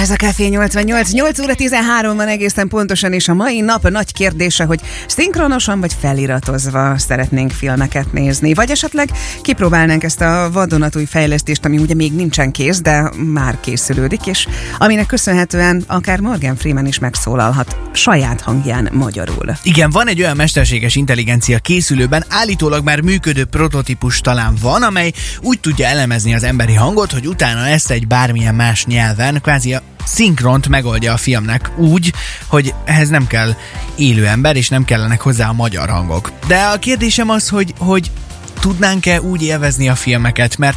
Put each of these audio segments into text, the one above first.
Ez a Café 88, 8 óra 13 van egészen pontosan, és a mai nap a nagy kérdése, hogy szinkronosan vagy feliratozva szeretnénk filmeket nézni, vagy esetleg kipróbálnánk ezt a vadonatúj fejlesztést, ami ugye még nincsen kész, de már készülődik, és aminek köszönhetően akár Morgan Freeman is megszólalhat saját hangján magyarul. Igen, van egy olyan mesterséges intelligencia készülőben, állítólag már működő prototípus talán van, amely úgy tudja elemezni az emberi hangot, hogy utána ezt egy bármilyen más nyelven, kvázi a szinkront megoldja a filmnek úgy, hogy ehhez nem kell élő ember, és nem kellenek hozzá a magyar hangok. De a kérdésem az, hogy tudnánk-e úgy élvezni a filmeket, mert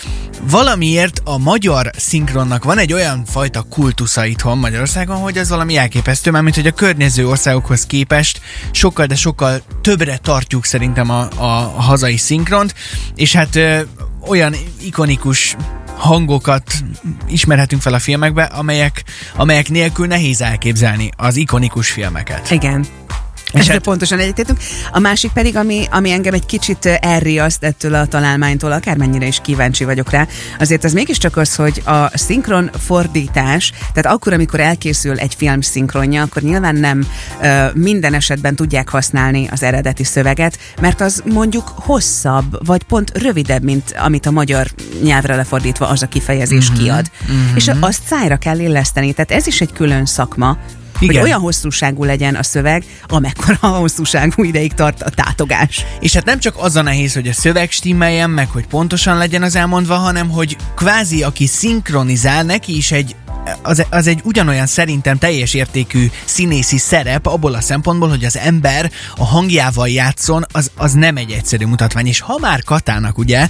valamiért a magyar szinkronnak van egy olyan fajta kultusza itthon Magyarországon, hogy ez valami elképesztő, mármint hogy a környező országokhoz képest sokkal, de sokkal többre tartjuk szerintem a hazai szinkront, és hát olyan ikonikus hangokat ismerhetünk fel a filmekbe, amelyek nélkül nehéz elképzelni az ikonikus filmeket. Igen. Ezzel pontosan egyetértünk. A másik pedig, ami engem egy kicsit elriaszt ettől a találmánytól, akármennyire is kíváncsi vagyok rá, azért az mégiscsak az, hogy a szinkron fordítás, tehát akkor, amikor elkészül egy film szinkronja, akkor nyilván nem minden esetben tudják használni az eredeti szöveget, mert az mondjuk hosszabb, vagy pont rövidebb, mint amit a magyar nyelvre lefordítva az a kifejezés kiad. És azt szájra kell illeszteni, tehát ez is egy külön szakma, igen, hogy olyan hosszúságú legyen a szöveg, amekkora a hosszúságú ideig tart a tátogás. És hát nem csak az a nehéz, hogy a szöveg stimmeljen, meg hogy pontosan legyen az elmondva, hanem hogy kvázi aki szinkronizál, neki is az egy ugyanolyan szerintem teljes értékű színészi szerep abból a szempontból, hogy az ember a hangjával játszon, az nem egy egyszerű mutatvány. És ha már Katának ugye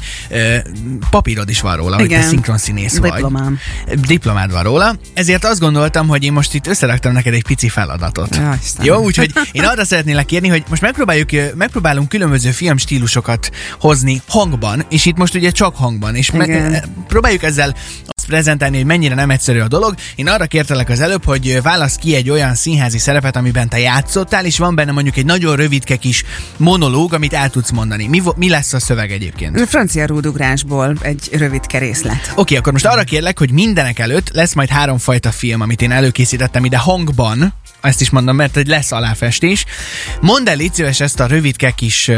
papírod is van róla, igen, hogy te szinkronszínész vagy. Diplomád van róla. Ezért azt gondoltam, hogy én most itt összeraktam neked egy pici feladatot. Jó, úgyhogy én arra szeretnélek kérni, hogy most megpróbálunk különböző filmstílusokat hozni hangban, és itt most ugye csak hangban, és próbáljuk ezzel azt prezentálni, hogy mennyire nem egyszerű a dolog. Én arra kértelek az előbb, hogy válasz ki egy olyan színházi szerepet, amiben te játszottál, és van benne mondjuk egy nagyon rövidke kis monológ, amit el tudsz mondani. Mi lesz a szöveg egyébként? A francia rúdugrásból egy rövidke részlet. Oké, akkor most arra kérlek, hogy mindenek előtt lesz majd 3 fajta film, amit én előkészítettem ide hangban. Ezt is mondom, mert hogy lesz aláfestés. Mondd el, légy szíves, ezt a rövidke kis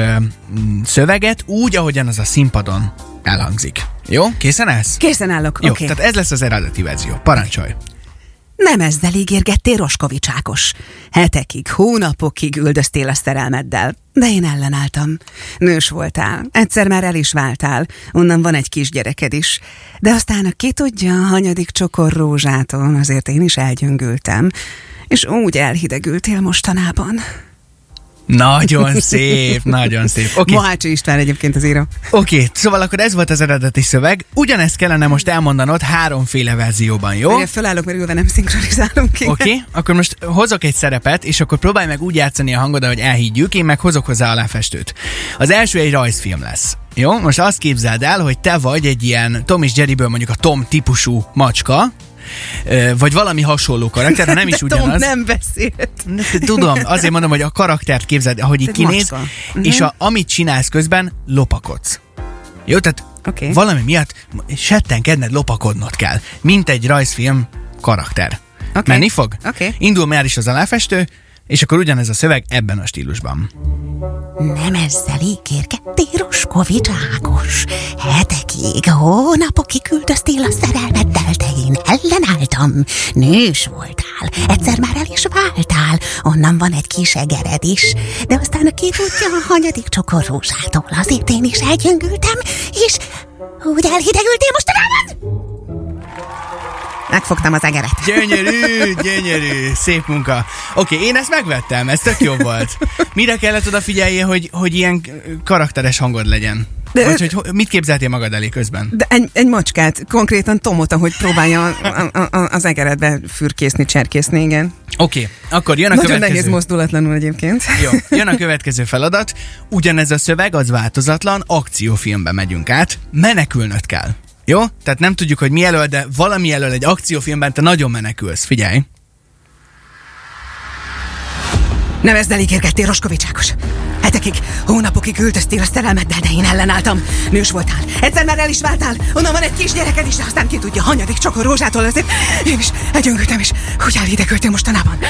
szöveget úgy, ahogyan az a színpadon elhangzik. Jó? Készen állsz? Készen állok, jó, oké. Tehát ez lesz az eredeti verzió. Parancsolj! Nem ezzel ígérgettél, Roskovics Ákos. Hetekig, hónapokig üldöztél a szerelmeddel, de én ellenálltam. Nős voltál, egyszer már el is váltál, onnan van egy kisgyereked is. De aztán ki tudja, hanyadik csokor rózsától, azért én is elgyöngültem. És úgy elhidegültél mostanában. Nagyon szép, nagyon szép. Okay. Mohácsi István egyébként az író. Oké, szóval akkor ez volt az eredeti szöveg. Ugyanezt kellene most elmondanod 3 verzióban, jó? Én fölállok, mert ülve nem szinkronizálunk ki. Oké, akkor most hozok egy szerepet, és akkor próbálj meg úgy játszani a hangod, ahogy elhiggyük, én meg hozok hozzá aláfestőt. Az első egy rajzfilm lesz. Jó? Most azt képzeld el, hogy te vagy egy ilyen Tom és Jerryből mondjuk a Tom típusú macska, vagy valami hasonló karakter, ha nem is ugyanaz. Tom nem beszélt. Tudom, azért mondom, hogy a karaktert képzeld, ahogy így kinéz, és amit csinálsz közben, lopakodsz. Jó, tehát valami miatt settenkedned, lopakodnod kell, mint egy rajzfilm karakter. Menni fog? Indul már is az aláfestő, és akkor ugyanez a szöveg ebben a stílusban. Nem ezzel ígérgettél, Roskovics Ákos. Hetekig, hónapokig üldöztél a szerelmeddel, de én ellenálltam. Nős voltál, egyszer már el is váltál, onnan van egy kis egered is. De aztán ki tudja, a hanyadik csokor rózsától, azért én is elgyöngültem, és úgy elhidegültél mostanában? Megfogtam az egeret. Gyönyörű, szép munka. Oké, én ezt megvettem, ez tök jó volt. Mire kellett odafigyeljél, hogy ilyen karakteres hangod legyen? Vagy hogy mit képzeltél magad elé közben? De egy macskát, konkrétan Tomot, ahogy próbálja az egeredbe fürkészni, cserkészni, igen. Oké, akkor jön a következő. Nagyon nehéz mozdulatlanul egyébként. Jó, jön a következő feladat. Ugyanez a szöveg, az változatlan, akciófilmbe megyünk át, menekülnöd kell. Jó? Tehát nem tudjuk, hogy mi elől, de valami elől egy akciófilmben te nagyon menekülsz. Figyelj! Nem ezzel ígérgettél, Roskovics Ákos. Hetekig, hónapokig üldöztél a szerelmeddel, de én ellenálltam. Nős voltál. Egyszer már el is váltál. Onnan van egy kisgyereked is, de aztán ki tudja, hanyadik csokor rózsától azért. Én is egyöngültem, és hogy elhidegültél mostanában.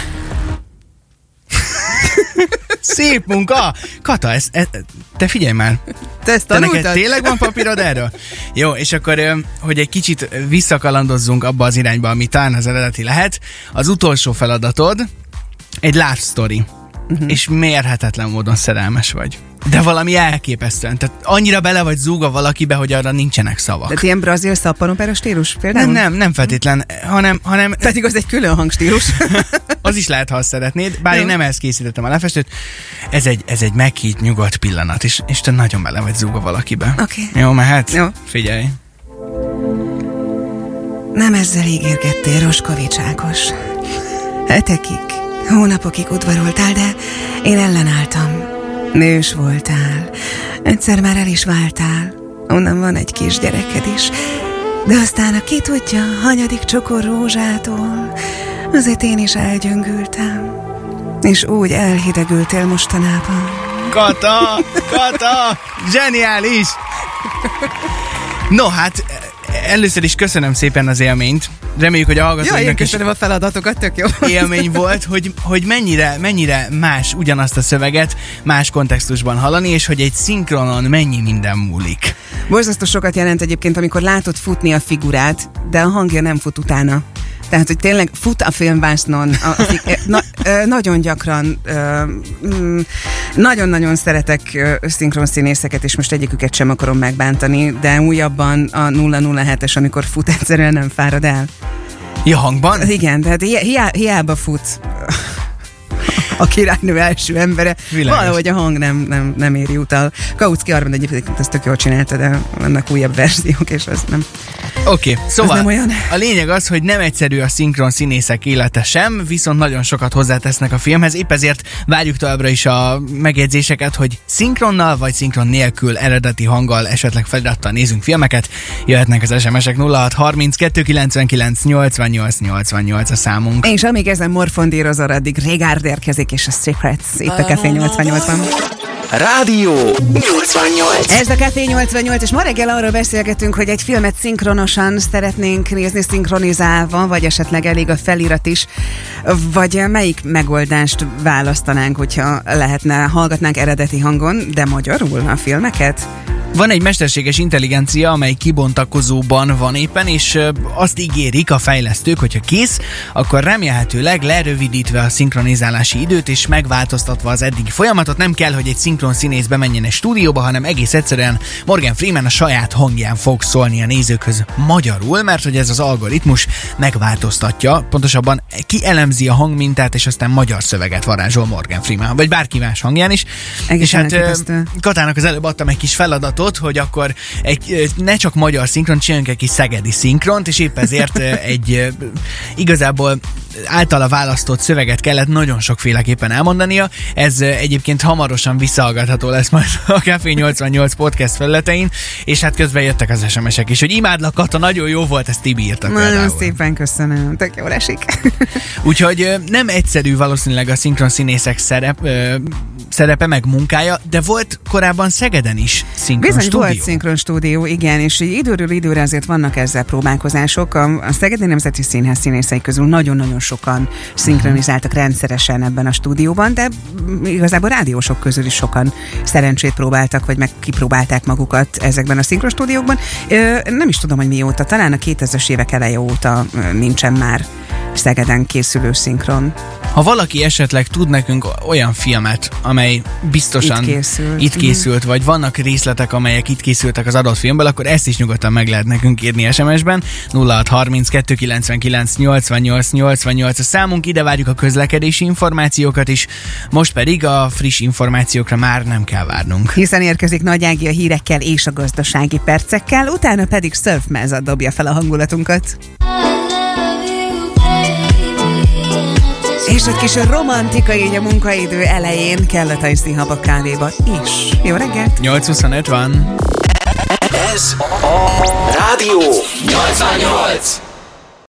Szép munka! Kata, te figyelj már! Te neked tényleg van papírod erről? Jó, és akkor, hogy egy kicsit visszakalandozzunk abba az irányba, ami talán az eredeti lehet, az utolsó feladatod egy love story. És mérhetetlen módon szerelmes vagy. De valami elképesztően. Tehát annyira bele vagy zúgva valakibe, hogy arra nincsenek szavak. Tehát ilyen brazil szappanopera stílus például? Nem feltétlen, hanem... Pedig az egy külön hangstílus. Az is lehet, ha azt szeretnéd. Bár én nem ezt készítettem a lefestőt. Ez egy meghitt, nyugodt pillanat, és te nagyon bele vagy zúgva valakibe. Oké. Jó, mehet? Jó. Figyelj. Nem ezzel ígérgettél, Roskovics Ákos. Hetekig, hónapokig udvaroltál, de én ellenálltam. Nős voltál. Egyszer már el is váltál. Onnan van egy kisgyereked is. De aztán a ki tudja, hanyadik csokor rózsától. Azért én is elgyöngültem. És úgy elhidegültél mostanában. Kata! Zseniális! No, hát először is köszönöm szépen az élményt. Reméljük, hogy a hallgatóinknak is a feladatokat, tök jó. Élmény volt, hogy mennyire más ugyanazt a szöveget más kontextusban hallani, és hogy egy szinkronon mennyi minden múlik. Borzasztó sokat jelent egyébként, amikor látod futni a figurát, de a hangja nem fut utána. Tehát, hogy tényleg fut a filmvásznon, nagyon gyakran, nagyon-nagyon szeretek szinkronszínészeket, és most egyiküket sem akarom megbántani, de újabban a 007-es, amikor fut, egyszerűen nem fárad el. Ja, hangban? Igen, tehát hiába fut a királynő első embere. Világos. Valahogy a hang nem éri utal. Kautsky Armand egyébként ezt tök jól csinálta, de vannak újabb verziók, és az nem. Oké, szóval nem olyan. A lényeg az, hogy nem egyszerű a szinkron színészek élete sem, viszont nagyon sokat hozzátesznek a filmhez, épp ezért várjuk továbbra is a megjegyzéseket, hogy szinkronnal vagy szinkron nélkül eredeti hanggal, esetleg felirattal nézünk filmeket. Jöhetnek az SMS-ek 0632 99 88 88 a számunk. És amíg ezen morfondírozol, addig Regard érkezik, és a Secrets itt a Café 88-ban. Rádió 88. Ez a Café 88, és ma reggel arról beszélgetünk, hogy egy filmet szinkronosan szeretnénk nézni, szinkronizálva, vagy esetleg elég a felirat is, vagy melyik megoldást választanánk, hogyha lehetne, hallgatnánk eredeti hangon, de magyarul a filmeket? Van egy mesterséges intelligencia, amely kibontakozóban van éppen, és azt ígérik a fejlesztők, hogyha kész, akkor remélhetőleg lerövidítve a szinkronizálási időt és megváltoztatva az eddigi folyamatot, nem kell, hogy egy szinkron színész bemenjen egy stúdióba, hanem egész egyszerűen Morgan Freeman a saját hangján fog szólni a nézőkhöz magyarul, mert hogy ez az algoritmus megváltoztatja, pontosabban kielemzi a hangmintát, és aztán magyar szöveget varázsol Morgan Freeman, vagy bárki más hangján is. És hát Katának az előbb adtam egy kis feladatot, hogy akkor ne csak magyar szinkront, csináljunk egy kis szegedi szinkront, és épp ezért egy igazából általa választott szöveget kellett nagyon sokféleképpen elmondania. Ez egyébként hamarosan visszahallgatható lesz majd a Café 88 podcast felületein, és hát közben jöttek az SMS-ek is, hogy imádlak, Kata, nagyon jó volt, ezt Tibi írtak. Nagyon szépen köszönöm, tök jól esik. Úgyhogy nem egyszerű valószínűleg a szinkron színészek szerepe meg munkája, de volt korábban Szegeden is szinkron stúdió. Volt szinkron stúdió, igen, és időről időre azért vannak ezzel próbálkozások. A Szegedi Nemzeti Színház színészei közül nagyon-nagyon sokan szinkronizáltak rendszeresen ebben a stúdióban, de igazából rádiósok közül is sokan szerencsét próbáltak, vagy meg kipróbálták magukat ezekben a szinkron stúdiókban. Nem is tudom, hogy mióta, talán a 2000-es évek eleje óta nincsen már Szegeden készülő szinkron. Ha valaki esetleg tud nekünk olyan filmet, amely biztosan itt készült, vagy vannak részletek, amelyek itt készültek az adott filmből, akkor ezt is nyugodtan meg lehet nekünk írni SMS-ben. 0632 99 88 88 a számunk, ide várjuk a közlekedési információkat is, most pedig a friss információkra már nem kell várnunk. Hiszen érkezik Nagy Ági a hírekkel és a gazdasági percekkel, utána pedig Surf Mázat dobja fel a hangulatunkat. És egy kis romantika így a munkaidő elején Kelletai Színhabak kávéba is. Jó reggelt! 8:25 van. Ez a Rádió 88.